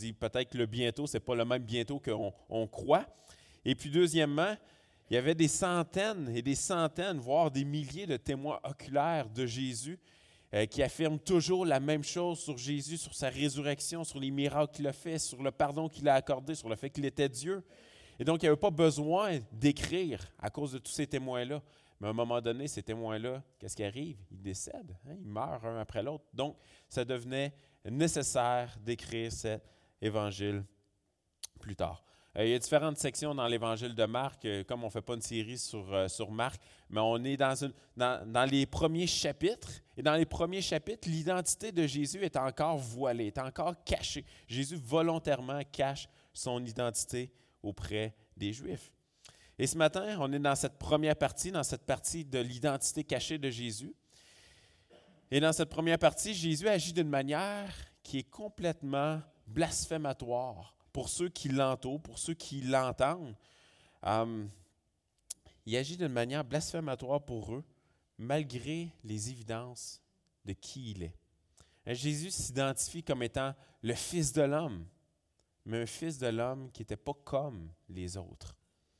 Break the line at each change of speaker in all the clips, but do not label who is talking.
Peut-être que le bientôt, ce n'est pas le même bientôt qu'on croit. Et puis deuxièmement, il y avait des centaines et des centaines, voire des milliers de témoins oculaires de Jésus qui affirment toujours la même chose sur Jésus, sur sa résurrection, sur les miracles qu'il a fait, sur le pardon qu'il a accordé, sur le fait qu'il était Dieu. Et donc, il n'y avait pas besoin d'écrire à cause de tous ces témoins-là. Mais à un moment donné, ces témoins-là, qu'est-ce qui arrive? Ils décèdent, ils meurent un après l'autre. Donc, ça devenait nécessaire d'écrire cet évangile plus tard. Il y a différentes sections dans l'évangile de Marc, comme on ne fait pas une série sur Marc, mais on est dans les premiers chapitres. Et dans les premiers chapitres, l'identité de Jésus est encore voilée, est encore cachée. Jésus volontairement cache son identité auprès des Juifs. Et ce matin, on est dans cette première partie, dans cette partie de l'identité cachée de Jésus. Et dans cette première partie, Jésus agit d'une manière qui est complètement blasphématoire pour ceux qui l'entourent, pour ceux qui l'entendent. Il agit d'une manière blasphématoire pour eux, malgré les évidences de qui il est. Jésus s'identifie comme étant le Fils de l'homme, mais un Fils de l'homme qui n'était pas comme les autres.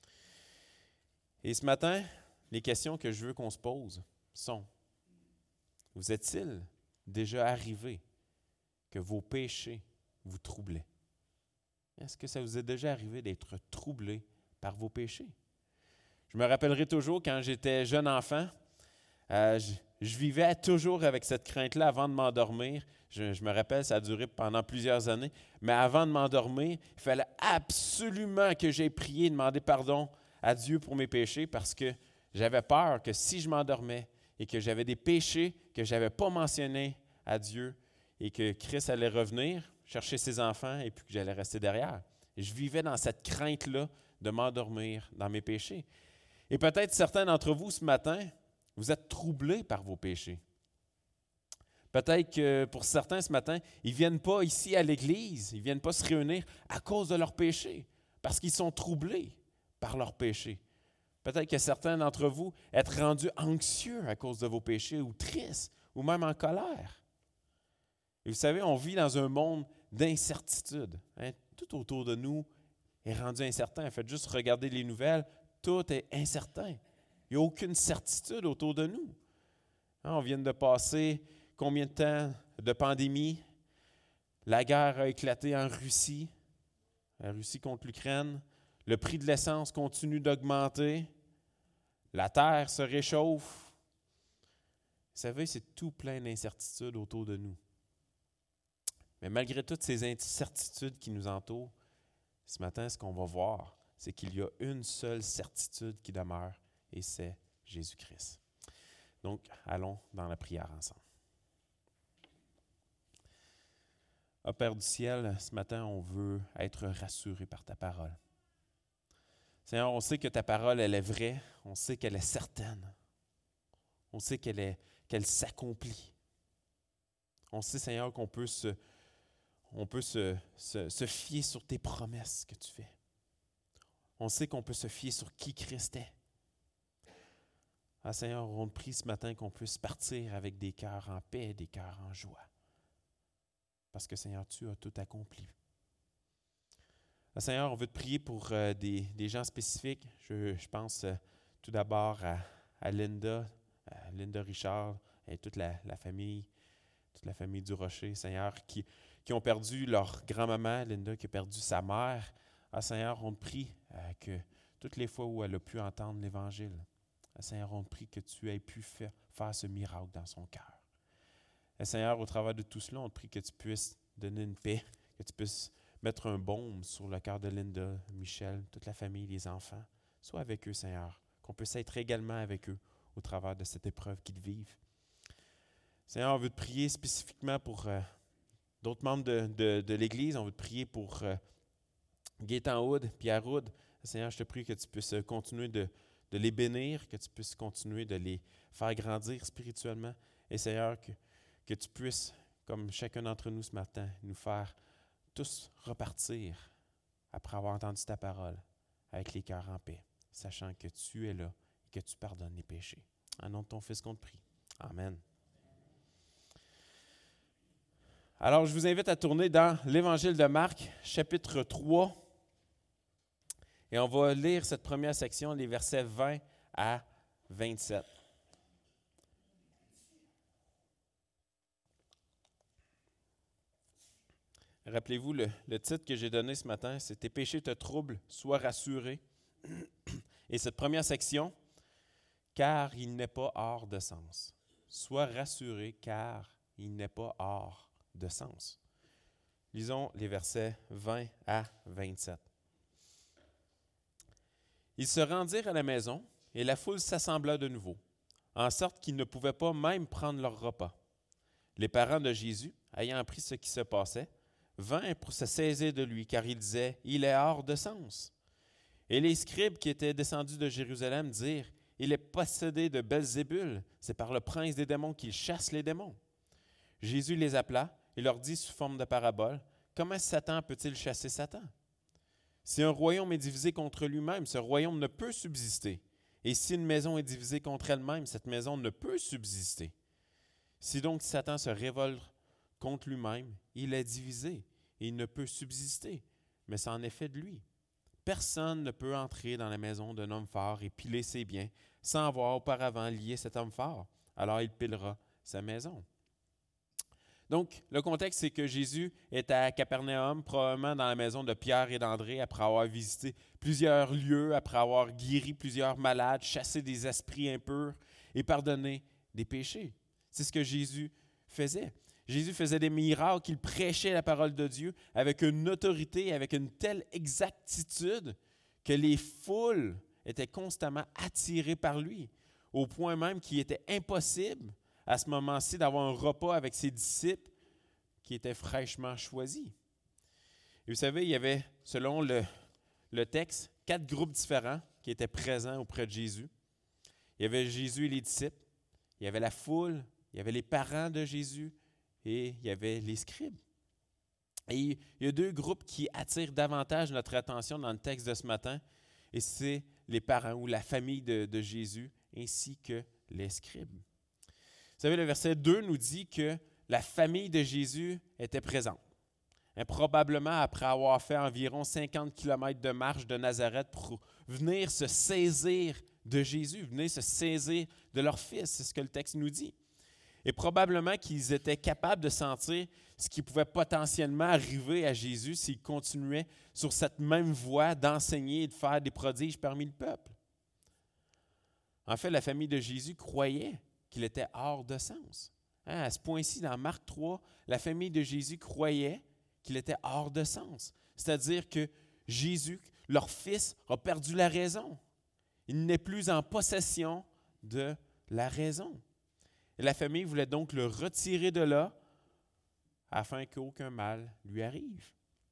Et ce matin, les questions que je veux qu'on se pose sont: vous est-il déjà arrivé que vos péchés vous troublaient? Est-ce que ça vous est déjà arrivé d'être troublé par vos péchés? Je me rappellerai toujours quand j'étais jeune enfant, je vivais toujours avec cette crainte-là avant de m'endormir. Je me rappelle, ça a duré pendant plusieurs années, mais avant de m'endormir, il fallait absolument que j'aie prié et demandé pardon à Dieu pour mes péchés parce que j'avais peur que si je m'endormais et que j'avais des péchés que je n'avais pas mentionnés à Dieu et que Christ allait revenir chercher ses enfants et puis que j'allais rester derrière. Et je vivais dans cette crainte-là de m'endormir dans mes péchés. Et peut-être certains d'entre vous ce matin, vous êtes troublés par vos péchés. Peut-être que pour certains ce matin, ils ne viennent pas ici à l'Église, ils ne viennent pas se réunir à cause de leurs péchés, parce qu'ils sont troublés par leurs péchés. Peut-être que certains d'entre vous êtes rendus anxieux à cause de vos péchés, ou tristes, ou même en colère. Et vous savez, on vit dans un monde d'incertitude. Tout autour de nous est rendu incertain. Faites juste regarder les nouvelles, tout est incertain. Il n'y a aucune certitude autour de nous. On vient de passer combien de temps de pandémie? La guerre a éclaté en Russie, la Russie contre l'Ukraine. Le prix de l'essence continue d'augmenter. La terre se réchauffe. Vous savez, c'est tout plein d'incertitudes autour de nous. Mais malgré toutes ces incertitudes qui nous entourent, ce matin, ce qu'on va voir, c'est qu'il y a une seule certitude qui demeure, et c'est Jésus-Christ. Donc, allons dans la prière ensemble. Ah, Père du ciel, ce matin, on veut être rassuré par ta parole. Seigneur, on sait que ta parole, elle est vraie, on sait qu'elle est certaine, on sait qu'elle s'accomplit. On sait, Seigneur, qu'on peut se fier sur tes promesses que tu fais. On sait qu'on peut se fier sur qui Christ est. Ah, Seigneur, on te prie ce matin qu'on puisse partir avec des cœurs en paix, des cœurs en joie. Parce que, Seigneur, tu as tout accompli. Ah, Seigneur, on veut te prier pour des gens spécifiques. Je pense tout d'abord à Linda Richard et toute la famille du Rocher, Seigneur, qui ont perdu leur grand-maman, Linda, qui a perdu sa mère. Ah, Seigneur, on te prie que toutes les fois où elle a pu entendre l'Évangile, Seigneur, on te prie que tu aies pu faire ce miracle dans son cœur. Seigneur, au travers de tout cela, on te prie que tu puisses donner une paix, que tu puisses mettre un baume sur le cœur de Linda, Michel, toute la famille, les enfants. Sois avec eux, Seigneur, qu'on puisse être également avec eux au travers de cette épreuve qu'ils vivent. Seigneur, on veut te prier spécifiquement pour d'autres membres de l'Église. On veut te prier pour Gaétan Hood, Pierre Hood. Seigneur, je te prie que tu puisses continuer de les bénir, que tu puisses continuer de les faire grandir spirituellement. Et Seigneur, que tu puisses, comme chacun d'entre nous ce matin, nous faire tous repartir après avoir entendu ta parole avec les cœurs en paix, sachant que tu es là et que tu pardonnes les péchés. En nom de ton Fils qu'on te prie. Amen. Alors, je vous invite à tourner dans l'Évangile de Marc, chapitre 3, et on va lire cette première section, les versets 20 à 27. Rappelez-vous, le titre que j'ai donné ce matin, c'est « Tes péchés te troublent, sois rassuré ». Et cette première section, « Car il n'est pas hors de sens ». Sois rassuré, car il n'est pas hors de sens. Lisons les versets 20 à 27. Ils se rendirent à la maison, et la foule s'assembla de nouveau, en sorte qu'ils ne pouvaient pas même prendre leur repas. Les parents de Jésus, ayant appris ce qui se passait, vinrent pour se saisir de lui, car ils disaient « Il est hors de sens ». Et les scribes qui étaient descendus de Jérusalem dirent « Il est possédé de Belzébul, c'est par le prince des démons qu'il chasse les démons. » Jésus les appela et leur dit sous forme de parabole « Comment Satan peut-il chasser Satan? Si un royaume est divisé contre lui-même, ce royaume ne peut subsister. Et si une maison est divisée contre elle-même, cette maison ne peut subsister. Si donc Satan se révolte contre lui-même, il est divisé et il ne peut subsister, mais c'en est fait de lui. Personne ne peut entrer dans la maison d'un homme fort et piler ses biens sans avoir auparavant lié cet homme fort. Alors il pilera sa maison. » Donc, le contexte, c'est que Jésus est à Capernaum, probablement dans la maison de Pierre et d'André, après avoir visité plusieurs lieux, après avoir guéri plusieurs malades, chassé des esprits impurs et pardonné des péchés. C'est ce que Jésus faisait. Jésus faisait des miracles, il prêchait la parole de Dieu avec une autorité, avec une telle exactitude que les foules étaient constamment attirées par lui, au point même qu'il était impossible à ce moment-ci d'avoir un repas avec ses disciples qui étaient fraîchement choisis. Et vous savez, il y avait, selon le texte, 4 groupes différents qui étaient présents auprès de Jésus. Il y avait Jésus et les disciples, il y avait la foule, il y avait les parents de Jésus et il y avait les scribes. Et il y a 2 groupes qui attirent davantage notre attention dans le texte de ce matin, et c'est les parents ou la famille de Jésus ainsi que les scribes. Vous savez, le verset 2 nous dit que la famille de Jésus était présente. Et probablement après avoir fait environ 50 km de marche de Nazareth pour venir se saisir de Jésus, venir se saisir de leur fils, c'est ce que le texte nous dit. Et probablement qu'ils étaient capables de sentir ce qui pouvait potentiellement arriver à Jésus s'il continuait sur cette même voie d'enseigner et de faire des prodiges parmi le peuple. En fait, la famille de Jésus croyait qu'il était hors de sens. À ce point-ci, dans Marc 3, la famille de Jésus croyait qu'il était hors de sens. C'est-à-dire que Jésus, leur fils, a perdu la raison. Il n'est plus en possession de la raison. Et la famille voulait donc le retirer de là afin qu'aucun mal lui arrive.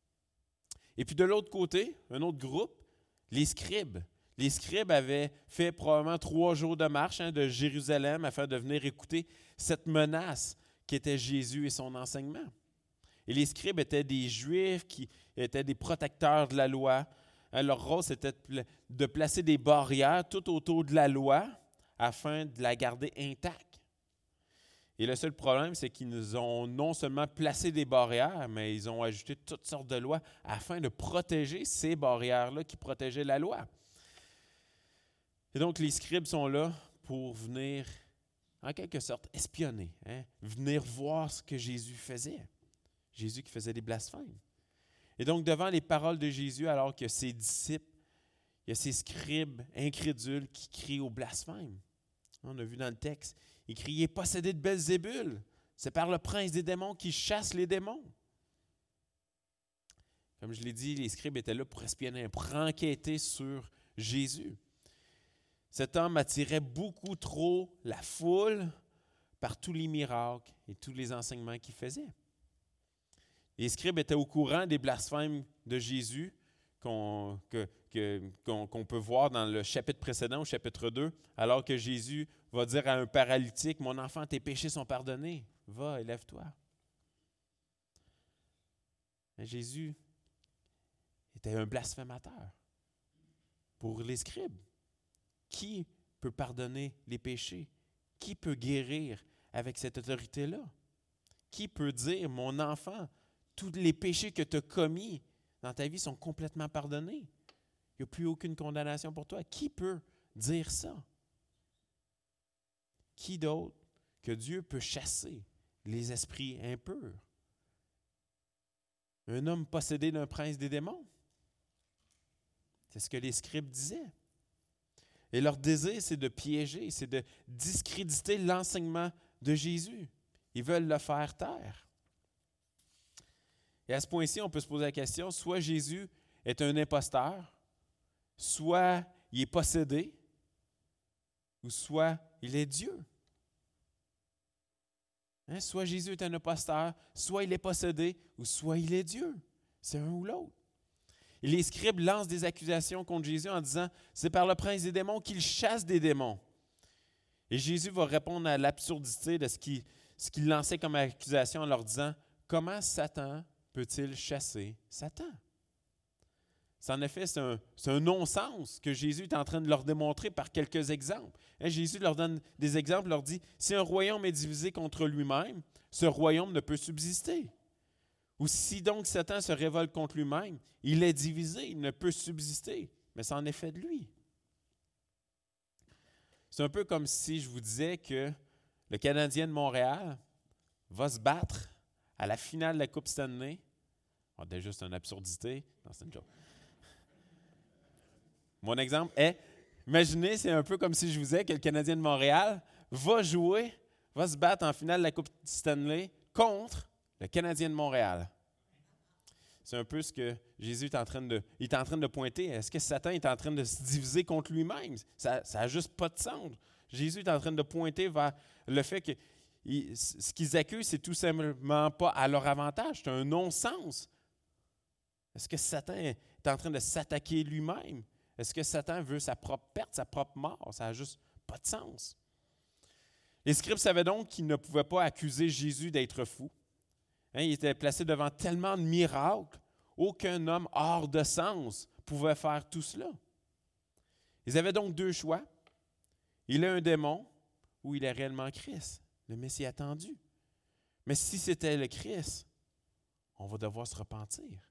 Et puis de l'autre côté, un autre groupe, les scribes. Les scribes avaient fait probablement 3 jours de marche de Jérusalem afin de venir écouter cette menace qu'était Jésus et son enseignement. Et les scribes étaient des Juifs qui étaient des protecteurs de la loi. Leur rôle, c'était de placer des barrières tout autour de la loi afin de la garder intacte. Et le seul problème, c'est qu'ils ont non seulement placé des barrières, mais ils ont ajouté toutes sortes de lois afin de protéger ces barrières-là qui protégeaient la loi. Et donc, les scribes sont là pour venir, en quelque sorte, espionner, venir voir ce que Jésus faisait. Jésus qui faisait des blasphèmes. Et donc, devant les paroles de Jésus, alors que ses disciples, il y a ces scribes incrédules qui crient au blasphème. On a vu dans le texte, ils criaient « Possédé de Belzébul, c'est par le prince des démons qui chasse les démons. » Comme je l'ai dit, les scribes étaient là pour espionner, pour enquêter sur Jésus. Cet homme attirait beaucoup trop la foule par tous les miracles et tous les enseignements qu'il faisait. Les scribes étaient au courant des blasphèmes de Jésus qu'on peut voir dans le chapitre précédent, au chapitre 2, alors que Jésus va dire à un paralytique « Mon enfant, tes péchés sont pardonnés. Va, élève-toi. » Mais Jésus était un blasphémateur pour les scribes. Qui peut pardonner les péchés? Qui peut guérir avec cette autorité-là? Qui peut dire, mon enfant, tous les péchés que tu as commis dans ta vie sont complètement pardonnés? Il n'y a plus aucune condamnation pour toi. Qui peut dire ça? Qui d'autre que Dieu peut chasser les esprits impurs? Un homme possédé d'un prince des démons? C'est ce que les scribes disaient. Et leur désir, c'est de piéger, c'est de discréditer l'enseignement de Jésus. Ils veulent le faire taire. Et à ce point-ci, on peut se poser la question, soit Jésus est un imposteur, soit il est possédé, ou soit il est Dieu. Soit Jésus est un imposteur, soit il est possédé, ou soit il est Dieu. C'est un ou l'autre. Et les scribes lancent des accusations contre Jésus en disant « C'est par le prince des démons qu'il chasse des démons. » Et Jésus va répondre à l'absurdité de ce qu'il lançait comme accusation en leur disant « Comment Satan peut-il chasser Satan? » En effet, c'est un non-sens que Jésus est en train de leur démontrer par quelques exemples. Jésus leur donne des exemples, leur dit, si un royaume est divisé contre lui-même, ce royaume ne peut subsister. Ou si donc Satan se révolte contre lui-même, il est divisé, il ne peut subsister, mais c'est en effet de lui. C'est un peu comme si je vous disais que le Canadien de Montréal va se battre à la finale de la Coupe Stanley. Oh, déjà, c'est une absurdité. Non, c'est une joke. Mon exemple est, imaginez, c'est un peu comme si je vous disais que le Canadien de Montréal va se battre en finale de la Coupe Stanley contre le Canadien de Montréal. C'est un peu ce que Jésus est en train de pointer. Est-ce que Satan est en train de se diviser contre lui-même? Ça n'a juste pas de sens. Jésus est en train de pointer vers le fait que ce qu'ils accusent, c'est tout simplement pas à leur avantage. C'est un non-sens. Est-ce que Satan est en train de s'attaquer lui-même? Est-ce que Satan veut sa propre perte, sa propre mort? Ça n'a juste pas de sens. Les scribes savaient donc qu'ils ne pouvaient pas accuser Jésus d'être fou. Il était placé devant tellement de miracles, aucun homme hors de sens pouvait faire tout cela. Ils avaient donc deux choix. Il est un démon ou il est réellement Christ, le Messie attendu. Mais si c'était le Christ, on va devoir se repentir.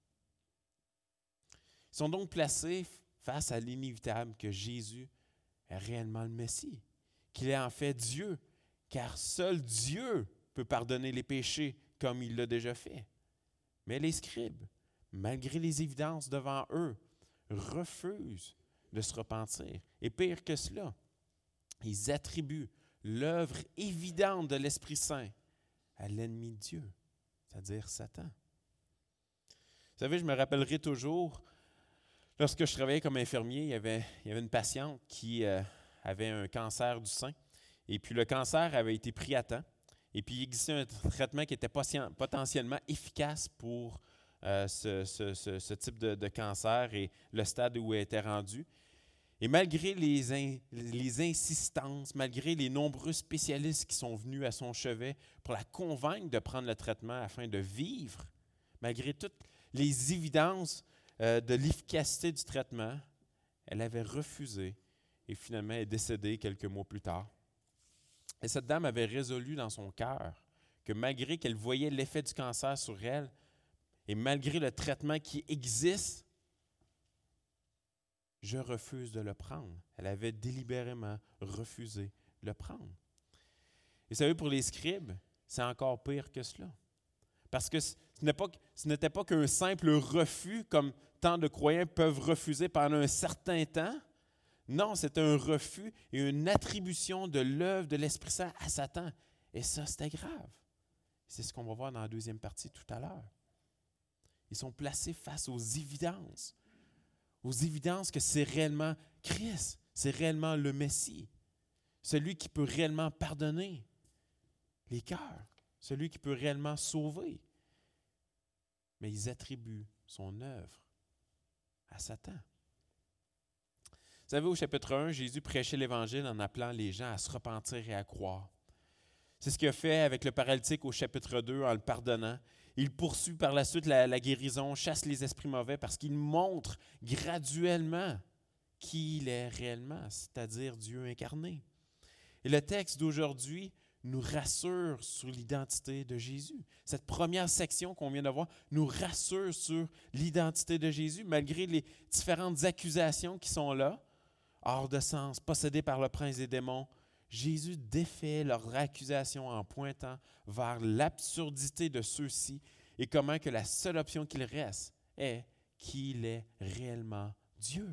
Ils sont donc placés face à l'inévitable que Jésus est réellement le Messie, qu'il est en fait Dieu, car seul Dieu peut pardonner les péchés comme il l'a déjà fait. Mais les scribes, malgré les évidences devant eux, refusent de se repentir. Et pire que cela, ils attribuent l'œuvre évidente de l'Esprit Saint à l'ennemi de Dieu, c'est-à-dire Satan. Vous savez, je me rappellerai toujours, lorsque je travaillais comme infirmier, il y avait une patiente qui avait un cancer du sein. Et puis le cancer avait été pris à temps. Et puis il existait un traitement qui était potentiellement efficace pour ce type de cancer et le stade où elle était rendue. Et malgré les insistances, malgré les nombreux spécialistes qui sont venus à son chevet pour la convaincre de prendre le traitement afin de vivre, malgré toutes les évidences de l'efficacité du traitement, elle avait refusé et finalement elle est décédée quelques mois plus tard. Et cette dame avait résolu dans son cœur que malgré qu'elle voyait l'effet du cancer sur elle et malgré le traitement qui existe, je refuse de le prendre. Elle avait délibérément refusé de le prendre. Et vous savez, pour les scribes, c'est encore pire que cela. Parce que ce n'était pas qu'un simple refus, comme tant de croyants peuvent refuser pendant un certain temps. Non, c'est un refus et une attribution de l'œuvre de l'Esprit Saint à Satan. Et ça, c'était grave. C'est ce qu'on va voir dans la deuxième partie tout à l'heure. Ils sont placés face aux évidences que c'est réellement Christ, c'est réellement le Messie, celui qui peut réellement pardonner les cœurs, celui qui peut réellement sauver. Mais ils attribuent son œuvre à Satan. Vous savez, au chapitre 1, Jésus prêchait l'Évangile en appelant les gens à se repentir et à croire. C'est ce qu'il a fait avec le paralytique au chapitre 2 en le pardonnant. Il poursuit par la suite la guérison, chasse les esprits mauvais parce qu'il montre graduellement qui il est réellement, c'est-à-dire Dieu incarné. Et le texte d'aujourd'hui nous rassure sur l'identité de Jésus. Cette première section qu'on vient de voir nous rassure sur l'identité de Jésus, malgré les différentes accusations qui sont là, hors de sens, possédé par le prince des démons. Jésus défait leurs accusations en pointant vers l'absurdité de ceux-ci et comment que la seule option qu'il reste est qu'il est réellement Dieu.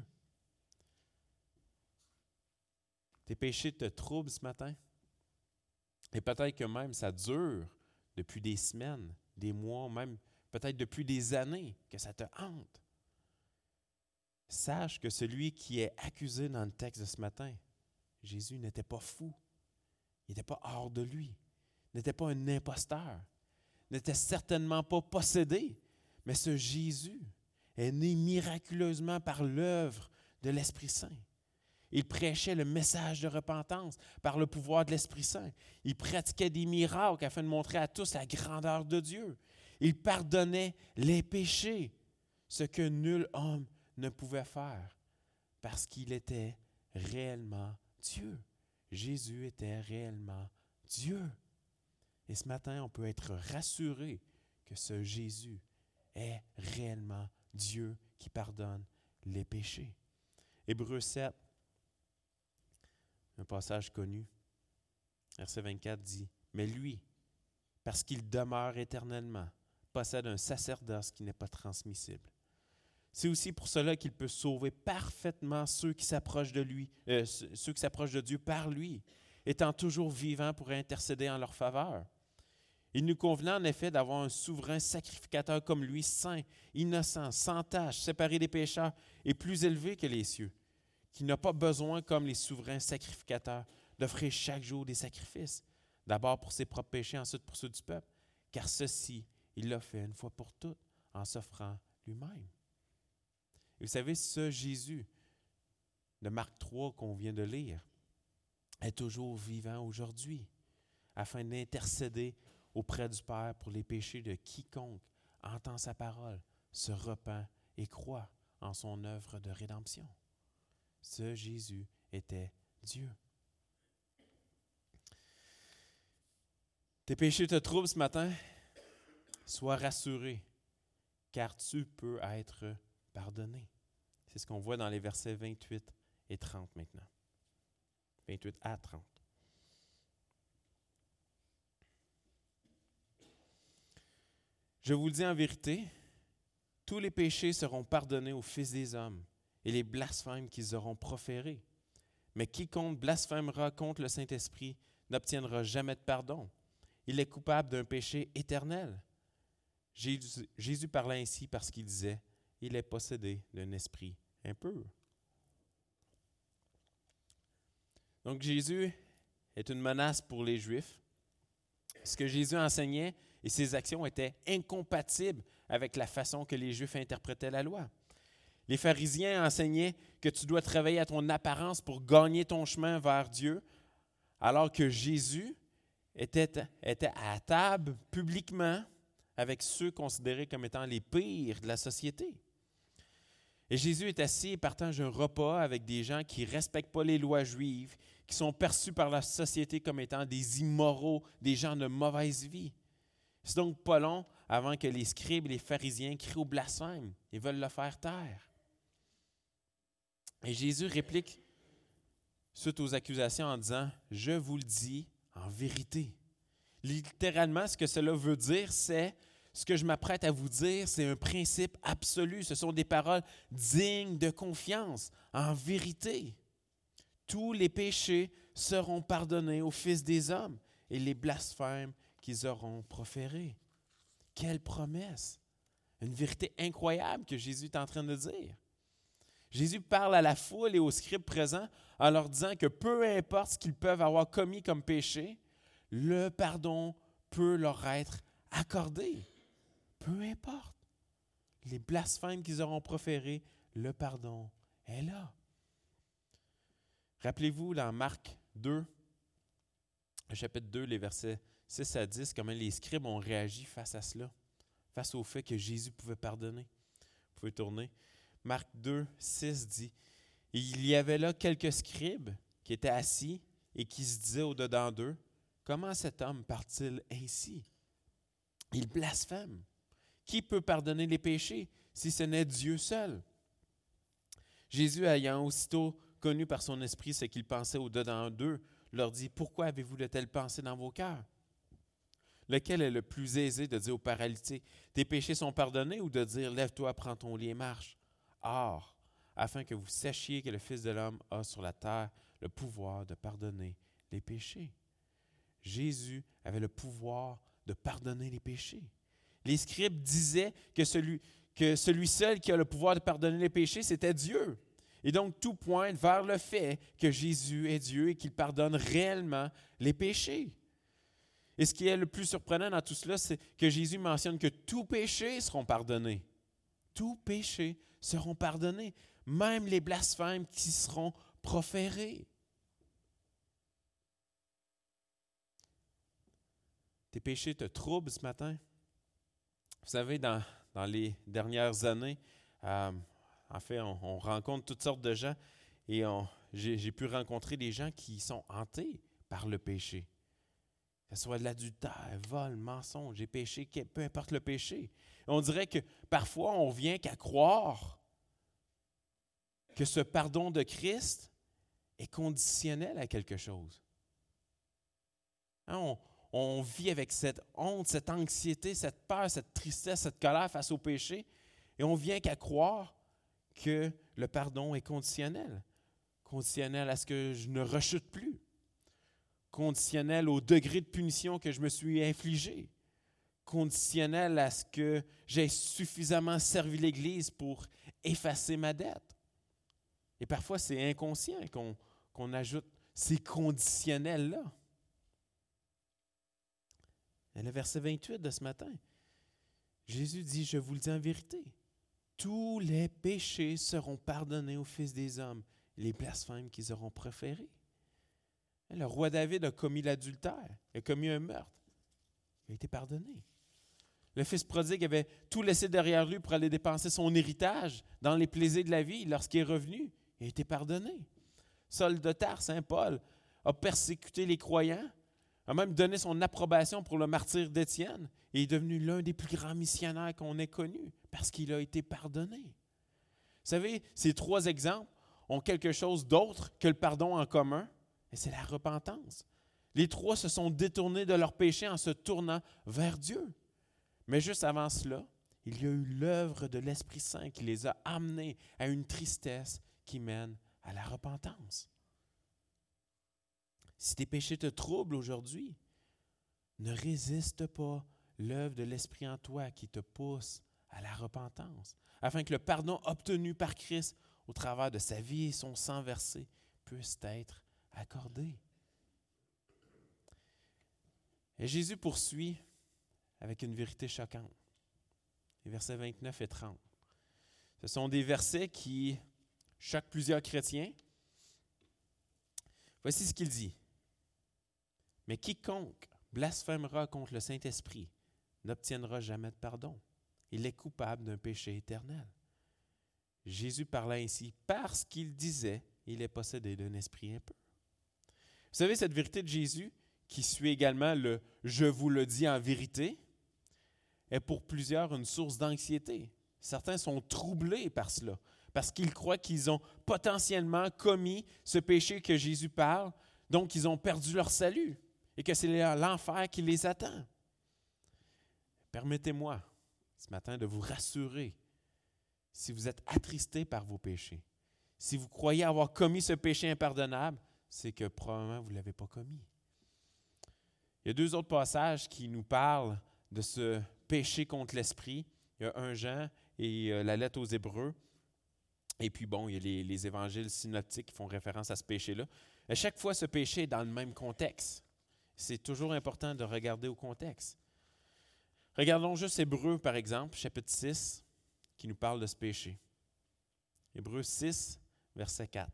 Tes péchés te troublent ce matin? Et peut-être que même ça dure depuis des semaines, des mois, même peut-être depuis des années que ça te hante. Sache que celui qui est accusé dans le texte de ce matin, Jésus n'était pas fou. Il n'était pas hors de lui. Il n'était pas un imposteur. Il n'était certainement pas possédé. Mais ce Jésus est né miraculeusement par l'œuvre de l'Esprit Saint. Il prêchait le message de repentance par le pouvoir de l'Esprit Saint. Il pratiquait des miracles afin de montrer à tous la grandeur de Dieu. Il pardonnait les péchés, ce que nul homme ne pouvait faire, parce qu'il était réellement Dieu. Jésus était réellement Dieu. Et ce matin, on peut être rassuré que ce Jésus est réellement Dieu qui pardonne les péchés. Hébreux 7, un passage connu, verset 24 dit, « Mais lui, parce qu'il demeure éternellement, possède un sacerdoce qui n'est pas transmissible. C'est aussi pour cela qu'il peut sauver parfaitement ceux qui s'approchent de lui, ceux qui s'approchent de Dieu par lui, étant toujours vivant pour intercéder en leur faveur. Il nous convenait en effet d'avoir un souverain sacrificateur comme lui, saint, innocent, sans tache, séparé des pécheurs et plus élevé que les cieux, qui n'a pas besoin, comme les souverains sacrificateurs, d'offrir chaque jour des sacrifices, d'abord pour ses propres péchés, ensuite pour ceux du peuple, car ceci, il l'a fait une fois pour toutes, en s'offrant lui-même. » Et vous savez, ce Jésus de Marc 3 qu'on vient de lire est toujours vivant aujourd'hui, afin d'intercéder auprès du Père pour les péchés de quiconque entend sa parole, se repent et croit en son œuvre de rédemption. Ce Jésus était Dieu. Tes péchés te troublent ce matin? Sois rassuré, car tu peux être pardonné. C'est ce qu'on voit dans les versets 28 et 30 maintenant. 28 à 30. Je vous le dis en vérité, tous les péchés seront pardonnés aux fils des hommes et les blasphèmes qu'ils auront proférés. Mais quiconque blasphémera contre le Saint-Esprit n'obtiendra jamais de pardon. Il est coupable d'un péché éternel. Jésus parlait ainsi parce qu'il disait, il est possédé d'un esprit impur. Donc Jésus est une menace pour les Juifs. Ce que Jésus enseignait et ses actions étaient incompatibles avec la façon que les Juifs interprétaient la loi. Les pharisiens enseignaient que tu dois travailler à ton apparence pour gagner ton chemin vers Dieu, alors que Jésus était à table publiquement avec ceux considérés comme étant les pires de la société. Et Jésus est assis et partage un repas avec des gens qui ne respectent pas les lois juives, qui sont perçus par la société comme étant des immoraux, des gens de mauvaise vie. C'est donc pas long avant que les scribes et les pharisiens crient au blasphème et veulent le faire taire. Et Jésus réplique suite aux accusations en disant « Je vous le dis en vérité ». Littéralement, ce que cela veut dire, c'est ce que je m'apprête à vous dire, c'est un principe absolu. Ce sont des paroles dignes de confiance. En vérité, tous les péchés seront pardonnés aux fils des hommes et les blasphèmes qu'ils auront proférés. Quelle promesse! Une vérité incroyable que Jésus est en train de dire. Jésus parle à la foule et aux scribes présents en leur disant que peu importe ce qu'ils peuvent avoir commis comme péché, le pardon peut leur être accordé. Peu importe. Les blasphèmes qu'ils auront proférés, le pardon est là. Rappelez-vous dans Marc 2, le chapitre 2, les versets 6 à 10, comment les scribes ont réagi face à cela, face au fait que Jésus pouvait pardonner. Vous pouvez tourner. Marc 2, 6 dit, « Il y avait là quelques scribes qui étaient assis et qui se disaient au-dedans d'eux, comment cet homme parle-t-il ainsi? Il blasphème. Qui peut pardonner les péchés si ce n'est Dieu seul? Jésus, ayant aussitôt connu par son esprit ce qu'ils pensaient au-dedans d'eux, leur dit, « Pourquoi avez-vous de telles pensées dans vos cœurs? Lequel est le plus aisé de dire au paralytique, « Tes péchés sont pardonnés » ou de dire, « Lève-toi, prends ton lit et marche » ? Or, afin que vous sachiez que le Fils de l'homme a sur la terre le pouvoir de pardonner les péchés. Jésus avait le pouvoir de pardonner les péchés. Les scribes disaient que celui seul qui a le pouvoir de pardonner les péchés, c'était Dieu. Et donc, tout pointe vers le fait que Jésus est Dieu et qu'il pardonne réellement les péchés. Et ce qui est le plus surprenant dans tout cela, c'est que Jésus mentionne que tous péchés seront pardonnés. Tous péchés seront pardonnés, même les blasphèmes qui seront proférés. Tes péchés te troublent ce matin? Vous savez, dans les dernières années, en fait, on rencontre toutes sortes de gens et j'ai pu rencontrer des gens qui sont hantés par le péché. Que ce soit de l'adultère, vol, mensonge, j'ai péché, peu importe le péché. On dirait que parfois, on vient qu'à croire que ce pardon de Christ est conditionnel à quelque chose. Hein, on vit avec cette honte, cette anxiété, cette peur, cette tristesse, cette colère face au péché, et on vient qu'à croire que le pardon est conditionnel. Conditionnel à ce que je ne rechute plus. Conditionnel au degré de punition que je me suis infligé. Conditionnel à ce que j'ai suffisamment servi l'Église pour effacer ma dette. Et parfois, c'est inconscient qu'on ajoute ces conditionnels-là. Et le verset 28 de ce matin, Jésus dit, « Je vous le dis en vérité, tous les péchés seront pardonnés au Fils des hommes, les blasphèmes qu'ils auront proférés. » Le roi David a commis l'adultère, il a commis un meurtre, il a été pardonné. Le fils prodigue avait tout laissé derrière lui pour aller dépenser son héritage dans les plaisirs de la vie. Lorsqu'il est revenu, il a été pardonné. Saul de Tarse, Saint Paul, a persécuté les croyants, a même donné son approbation pour le martyre d'Étienne et est devenu l'un des plus grands missionnaires qu'on ait connus parce qu'il a été pardonné. Vous savez, ces trois exemples ont quelque chose d'autre que le pardon en commun, et c'est la repentance. Les trois se sont détournés de leur péché en se tournant vers Dieu. Mais juste avant cela, il y a eu l'œuvre de l'Esprit Saint qui les a amenés à une tristesse qui mène à la repentance. Si tes péchés te troublent aujourd'hui, ne résiste pas l'œuvre de l'Esprit en toi qui te pousse à la repentance, afin que le pardon obtenu par Christ au travers de sa vie et son sang versé puisse être accordé. Et Jésus poursuit avec une vérité choquante. Les versets 29 et 30. Ce sont des versets qui choquent plusieurs chrétiens. Voici ce qu'il dit. « Mais quiconque blasphémera contre le Saint-Esprit n'obtiendra jamais de pardon. Il est coupable d'un péché éternel. » Jésus parla ainsi parce qu'il disait « Il est possédé d'un esprit impur. » Vous savez, cette vérité de Jésus, qui suit également le « Je vous le dis en vérité », est pour plusieurs une source d'anxiété. Certains sont troublés par cela, parce qu'ils croient qu'ils ont potentiellement commis ce péché que Jésus parle, donc ils ont perdu leur salut et que c'est l'enfer qui les attend. Permettez-moi ce matin de vous rassurer, si vous êtes attristé par vos péchés, si vous croyez avoir commis ce péché impardonnable, c'est que probablement vous ne l'avez pas commis. Il y a deux autres passages qui nous parlent de ce péché contre l'esprit. Il y a 1 Jean et la lettre aux Hébreux. Et puis bon, il y a les évangiles synoptiques qui font référence à ce péché-là. À chaque fois, ce péché est dans le même contexte. C'est toujours important de regarder au contexte. Regardons juste Hébreux, par exemple, chapitre 6, qui nous parle de ce péché. Hébreux 6, verset 4.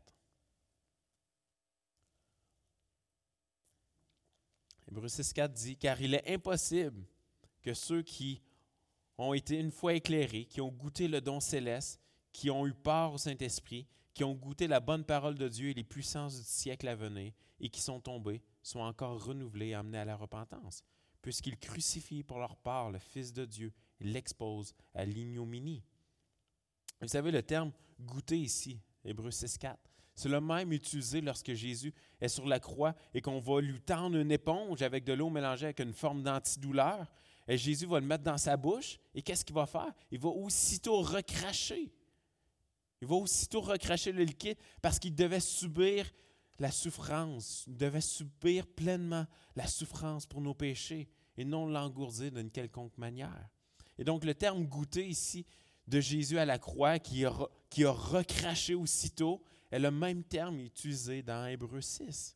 Hébreux 6, 4 dit « Car il est impossible que ceux qui ont été une fois éclairés, qui ont goûté le don céleste, qui ont eu part au Saint-Esprit, qui ont goûté la bonne parole de Dieu et les puissances du siècle à venir et qui sont tombés, soient encore renouvelés et amenés à la repentance, puisqu'ils crucifient pour leur part le Fils de Dieu et l'exposent à l'ignominie. Vous savez, le terme « goûter » ici, Hébreux 6,4, c'est le même utilisé lorsque Jésus est sur la croix et qu'on va lui tendre une éponge avec de l'eau mélangée avec une forme d'antidouleur. Et Jésus va le mettre dans sa bouche et qu'est-ce qu'il va faire? Il va aussitôt recracher. Il va aussitôt recracher le liquide parce qu'il devait subir la souffrance. Il devait subir pleinement la souffrance pour nos péchés et non l'engourdir d'une quelconque manière. Et donc le terme « goûter » ici de Jésus à la croix qui a recraché aussitôt est le même terme utilisé dans Hébreux 6.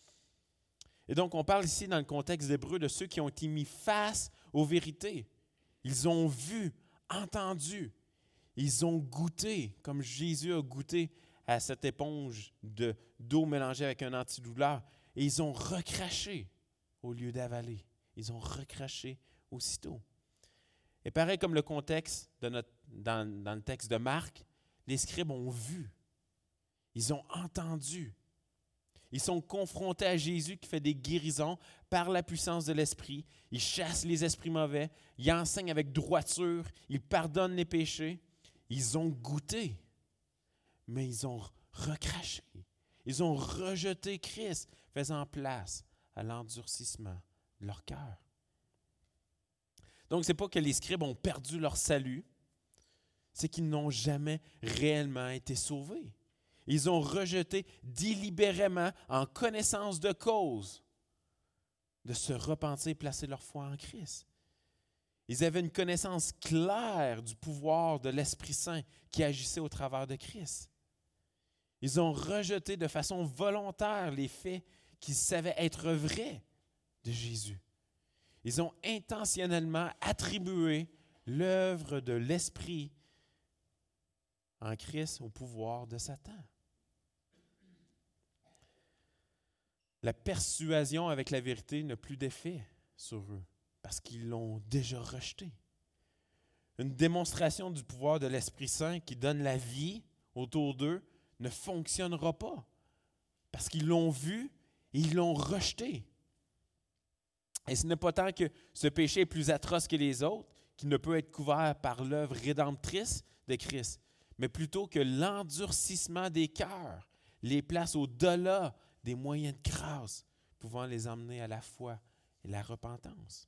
Et donc, on parle ici dans le contexte d'Hébreux de ceux qui ont été mis face aux vérités. Ils ont vu, entendu, ils ont goûté, comme Jésus a goûté à cette éponge d'eau mélangée avec un antidouleur, et ils ont recraché au lieu d'avaler. Ils ont recraché aussitôt. Et pareil comme le contexte dans le texte de Marc, les scribes ont vu. Ils ont entendu. Ils sont confrontés à Jésus qui fait des guérisons par la puissance de l'Esprit. Il chasse les esprits mauvais. Il enseigne avec droiture. Il pardonne les péchés. Ils ont goûté, mais ils ont recraché. Ils ont rejeté Christ, faisant place à l'endurcissement de leur cœur. Donc, ce n'est pas que les scribes ont perdu leur salut, c'est qu'ils n'ont jamais réellement été sauvés. Ils ont rejeté délibérément, en connaissance de cause, de se repentir et placer leur foi en Christ. Ils avaient une connaissance claire du pouvoir de l'Esprit Saint qui agissait au travers de Christ. Ils ont rejeté de façon volontaire les faits qu'ils savaient être vrais de Jésus. Ils ont intentionnellement attribué l'œuvre de l'Esprit en Christ au pouvoir de Satan. La persuasion avec la vérité n'a plus d'effet sur eux parce qu'ils l'ont déjà rejeté. Une démonstration du pouvoir de l'Esprit Saint qui donne la vie autour d'eux ne fonctionnera pas parce qu'ils l'ont vu et ils l'ont rejeté. Et ce n'est pas tant que ce péché est plus atroce que les autres, qu'il ne peut être couvert par l'œuvre rédemptrice de Christ, mais plutôt que l'endurcissement des cœurs les place au-delà des moyens de grâce pouvant les emmener à la foi et la repentance.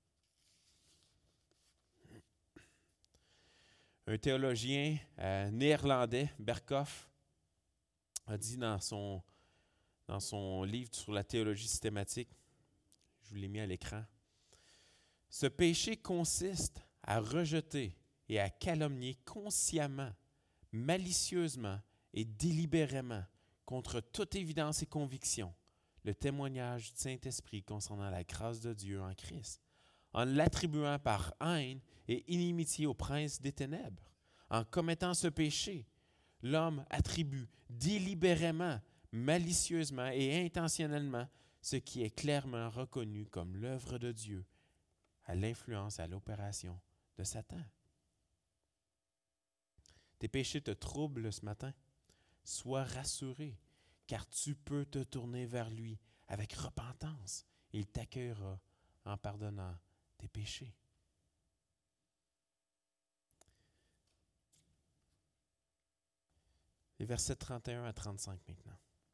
Un théologien néerlandais, Berkhoff, a dit dans son livre sur la théologie systématique, je vous l'ai mis à l'écran, « Ce péché consiste à rejeter et à calomnier consciemment, malicieusement et délibérément contre toute évidence et conviction, le témoignage du Saint-Esprit concernant la grâce de Dieu en Christ, en l'attribuant par haine et inimitié au prince des ténèbres. En commettant ce péché, l'homme attribue délibérément, malicieusement et intentionnellement ce qui est clairement reconnu comme l'œuvre de Dieu à l'influence, à l'opération de Satan. » Tes péchés te troublent ce matin? Sois rassuré, car tu peux te tourner vers lui avec repentance et il t'accueillera en pardonnant tes péchés. Les versets 31 à 35 maintenant.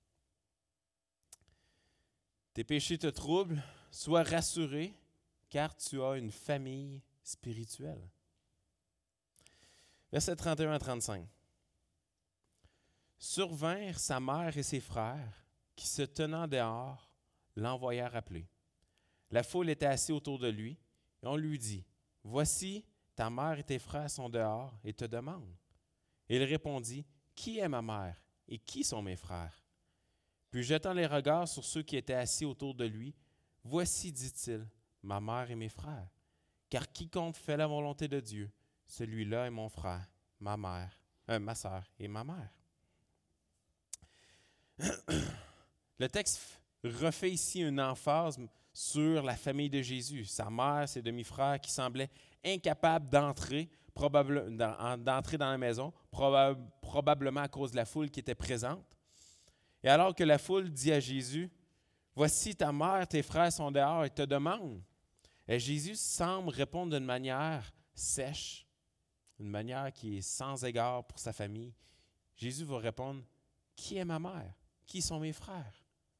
Tes péchés te troublent, sois rassuré, car tu as une famille spirituelle. Versets 31 à 35. Survinrent sa mère et ses frères, qui se tenant dehors, l'envoyèrent appeler. La foule était assise autour de lui, et on lui dit, « Voici, ta mère et tes frères sont dehors et te demandent. » Et il répondit, « Qui est ma mère et qui sont mes frères? » Puis jetant les regards sur ceux qui étaient assis autour de lui, « Voici, dit-il, ma mère et mes frères. Car quiconque fait la volonté de Dieu, celui-là est mon frère, ma mère, ma sœur et ma mère. » Le texte refait ici une emphase sur la famille de Jésus. Sa mère, ses demi-frères qui semblaient incapables d'entrer dans la maison, probablement à cause de la foule qui était présente. Et alors que la foule dit à Jésus, « Voici ta mère, tes frères sont dehors et te demandent. Et Jésus semble répondre d'une manière sèche, une manière qui est sans égard pour sa famille. Jésus va répondre, qui est ma mère? Qui sont mes frères?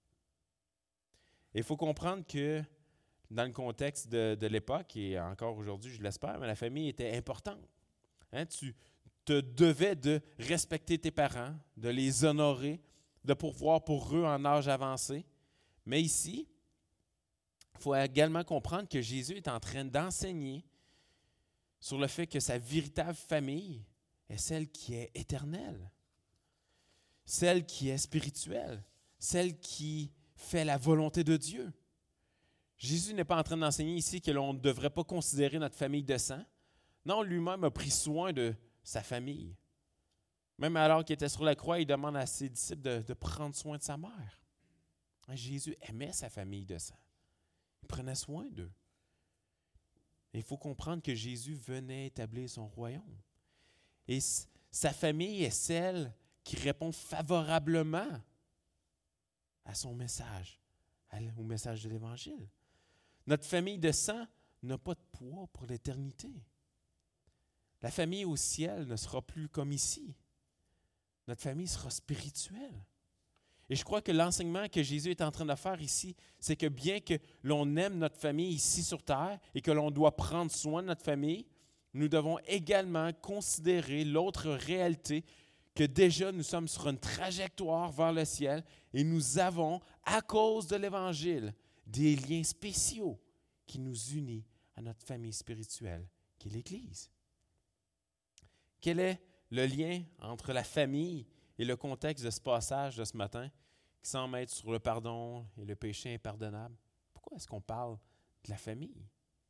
Il faut comprendre que dans le contexte de l'époque, et encore aujourd'hui, je l'espère, mais la famille était importante. Tu te devais de respecter tes parents, de les honorer, de pourvoir pour eux en âge avancé. Mais ici, il faut également comprendre que Jésus est en train d'enseigner sur le fait que sa véritable famille est celle qui est éternelle, celle qui est spirituelle, celle qui fait la volonté de Dieu. Jésus n'est pas en train d'enseigner ici que l'on ne devrait pas considérer notre famille de sang. Non, lui-même a pris soin de sa famille. Même alors qu'il était sur la croix, il demande à ses disciples de prendre soin de sa mère. Jésus aimait sa famille de sang. Il prenait soin d'eux. Il faut comprendre que Jésus venait établir son royaume. Et sa famille est celle qui répond favorablement à son message, au message de l'Évangile. Notre famille de sang n'a pas de poids pour l'éternité. La famille au ciel ne sera plus comme ici. Notre famille sera spirituelle. Et je crois que l'enseignement que Jésus est en train de faire ici, c'est que bien que l'on aime notre famille ici sur terre et que l'on doit prendre soin de notre famille, nous devons également considérer l'autre réalité que déjà nous sommes sur une trajectoire vers le ciel et nous avons, à cause de l'Évangile, des liens spéciaux qui nous unissent à notre famille spirituelle, qui est l'Église. Quel est le lien entre la famille et le contexte de ce passage de ce matin qui semble être sur le pardon et le péché impardonnable? Pourquoi est-ce qu'on parle de la famille?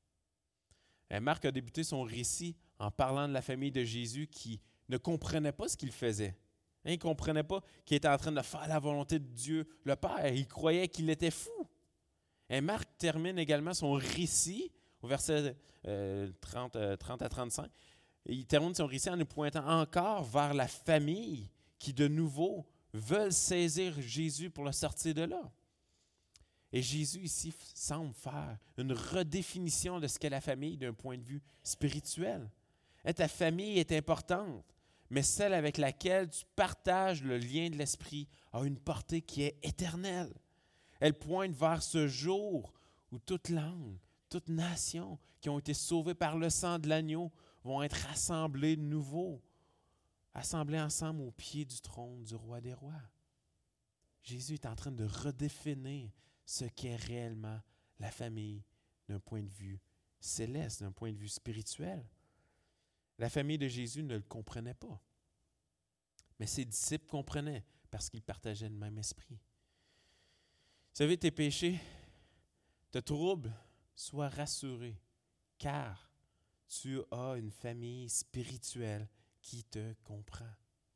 Marc a débuté son récit en parlant de la famille de Jésus qui ne comprenait pas ce qu'il faisait. Il ne comprenait pas qu'il était en train de faire la volonté de Dieu le Père. Il croyait qu'il était fou. Et Marc termine également son récit au verset 30 à 35. Il termine son récit en nous pointant encore vers la famille qui, de nouveau, veulent saisir Jésus pour le sortir de là. Et Jésus, ici, semble faire une redéfinition de ce qu'est la famille d'un point de vue spirituel. Et ta famille est importante, mais celle avec laquelle tu partages le lien de l'esprit a une portée qui est éternelle. Elle pointe vers ce jour où toute langue, toute nation qui ont été sauvées par le sang de l'agneau vont être rassemblées de nouveau, assemblées ensemble au pied du trône du roi des rois. Jésus est en train de redéfinir ce qu'est réellement la famille d'un point de vue céleste, d'un point de vue spirituel. La famille de Jésus ne le comprenait pas, mais ses disciples comprenaient parce qu'ils partageaient le même esprit. Vous savez, tes péchés te troublent, sois rassuré, car tu as une famille spirituelle qui te comprend.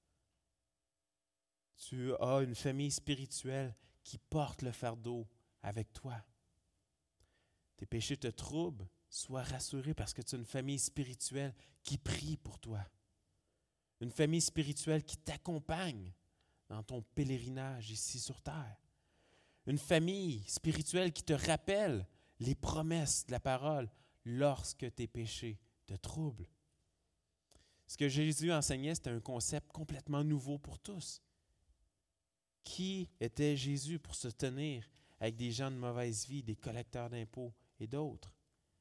Tu as une famille spirituelle qui porte le fardeau avec toi. Tes péchés te troublent, sois rassuré parce que tu as une famille spirituelle qui prie pour toi. Une famille spirituelle qui t'accompagne dans ton pèlerinage ici sur terre. Une famille spirituelle qui te rappelle les promesses de la parole lorsque tes péchés te troublent. Ce que Jésus enseignait, c'était un concept complètement nouveau pour tous. Qui était Jésus pour se tenir avec des gens de mauvaise vie, des collecteurs d'impôts et d'autres?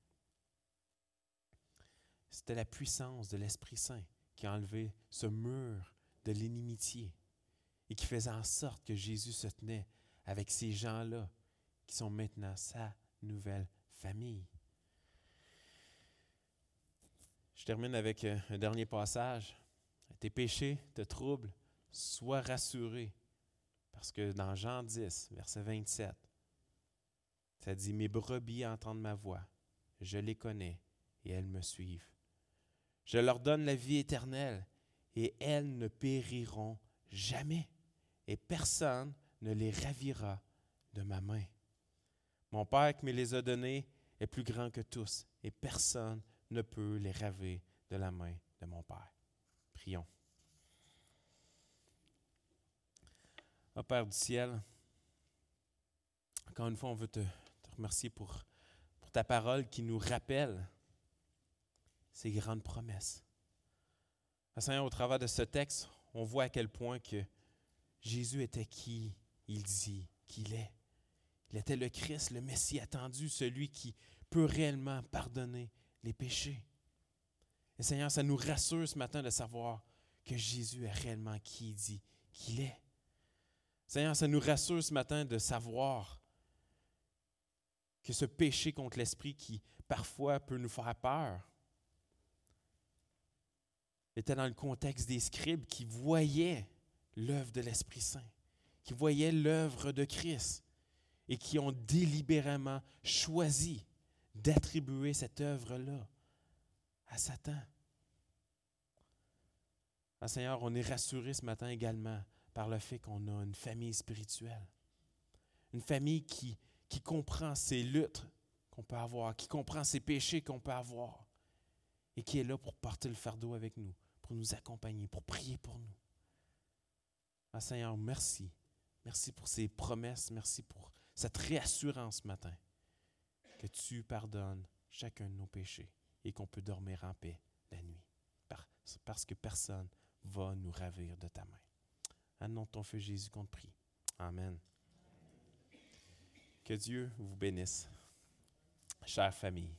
C'était la puissance de l'Esprit Saint qui a enlevé ce mur de l'inimitié et qui faisait en sorte que Jésus se tenait avec ces gens-là qui sont maintenant sa nouvelle famille. Je termine avec un dernier passage. Tes péchés te troublent, sois rassuré. Parce que dans Jean 10, verset 27, ça dit « Mes brebis entendent ma voix, je les connais et elles me suivent. Je leur donne la vie éternelle et elles ne périront jamais et personne ne les ravira de ma main. Mon Père qui me les a donnés est plus grand que tous et personne ne peut les raver de la main de mon Père. » Prions. Ô Père du ciel, encore une fois, on veut te remercier pour ta parole qui nous rappelle ces grandes promesses. Seigneur, au travers de ce texte, on voit à quel point que Jésus était qui il dit qu'il est. Il était le Christ, le Messie attendu, celui qui peut réellement pardonner les péchés. Et Seigneur, ça nous rassure ce matin de savoir que Jésus est réellement qui il dit qu'il est. Seigneur, ça nous rassure ce matin de savoir que ce péché contre l'esprit qui parfois peut nous faire peur était dans le contexte des scribes qui voyaient l'œuvre de l'Esprit Saint, qui voyaient l'œuvre de Christ et qui ont délibérément choisi d'attribuer cette œuvre-là à Satan. Ah, Seigneur, on est rassuré ce matin également par le fait qu'on a une famille spirituelle, une famille qui comprend ces luttes qu'on peut avoir, qui comprend ces péchés qu'on peut avoir et qui est là pour porter le fardeau avec nous, pour nous accompagner, pour prier pour nous. Ah, Seigneur, merci. Merci pour ces promesses, merci pour cette réassurance ce matin que tu pardonnes chacun de nos péchés et qu'on peut dormir en paix la nuit parce que personne va nous ravir de ta main. En nom de ton Fils Jésus qu'on te prie. Amen. Que Dieu vous bénisse, chère famille.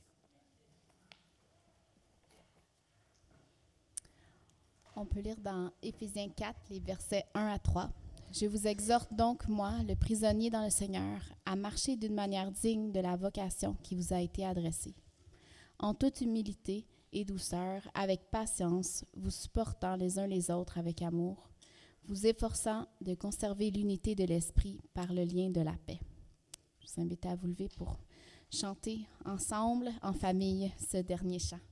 On peut lire dans Éphésiens 4, les versets 1 à 3. « Je vous exhorte donc, moi, le prisonnier dans le Seigneur, à marcher d'une manière digne de la vocation qui vous a été adressée, en toute humilité et douceur, avec patience, vous supportant les uns les autres avec amour, vous efforçant de conserver l'unité de l'esprit par le lien de la paix. » Je vous invite à vous lever pour chanter ensemble, en famille, ce dernier chant.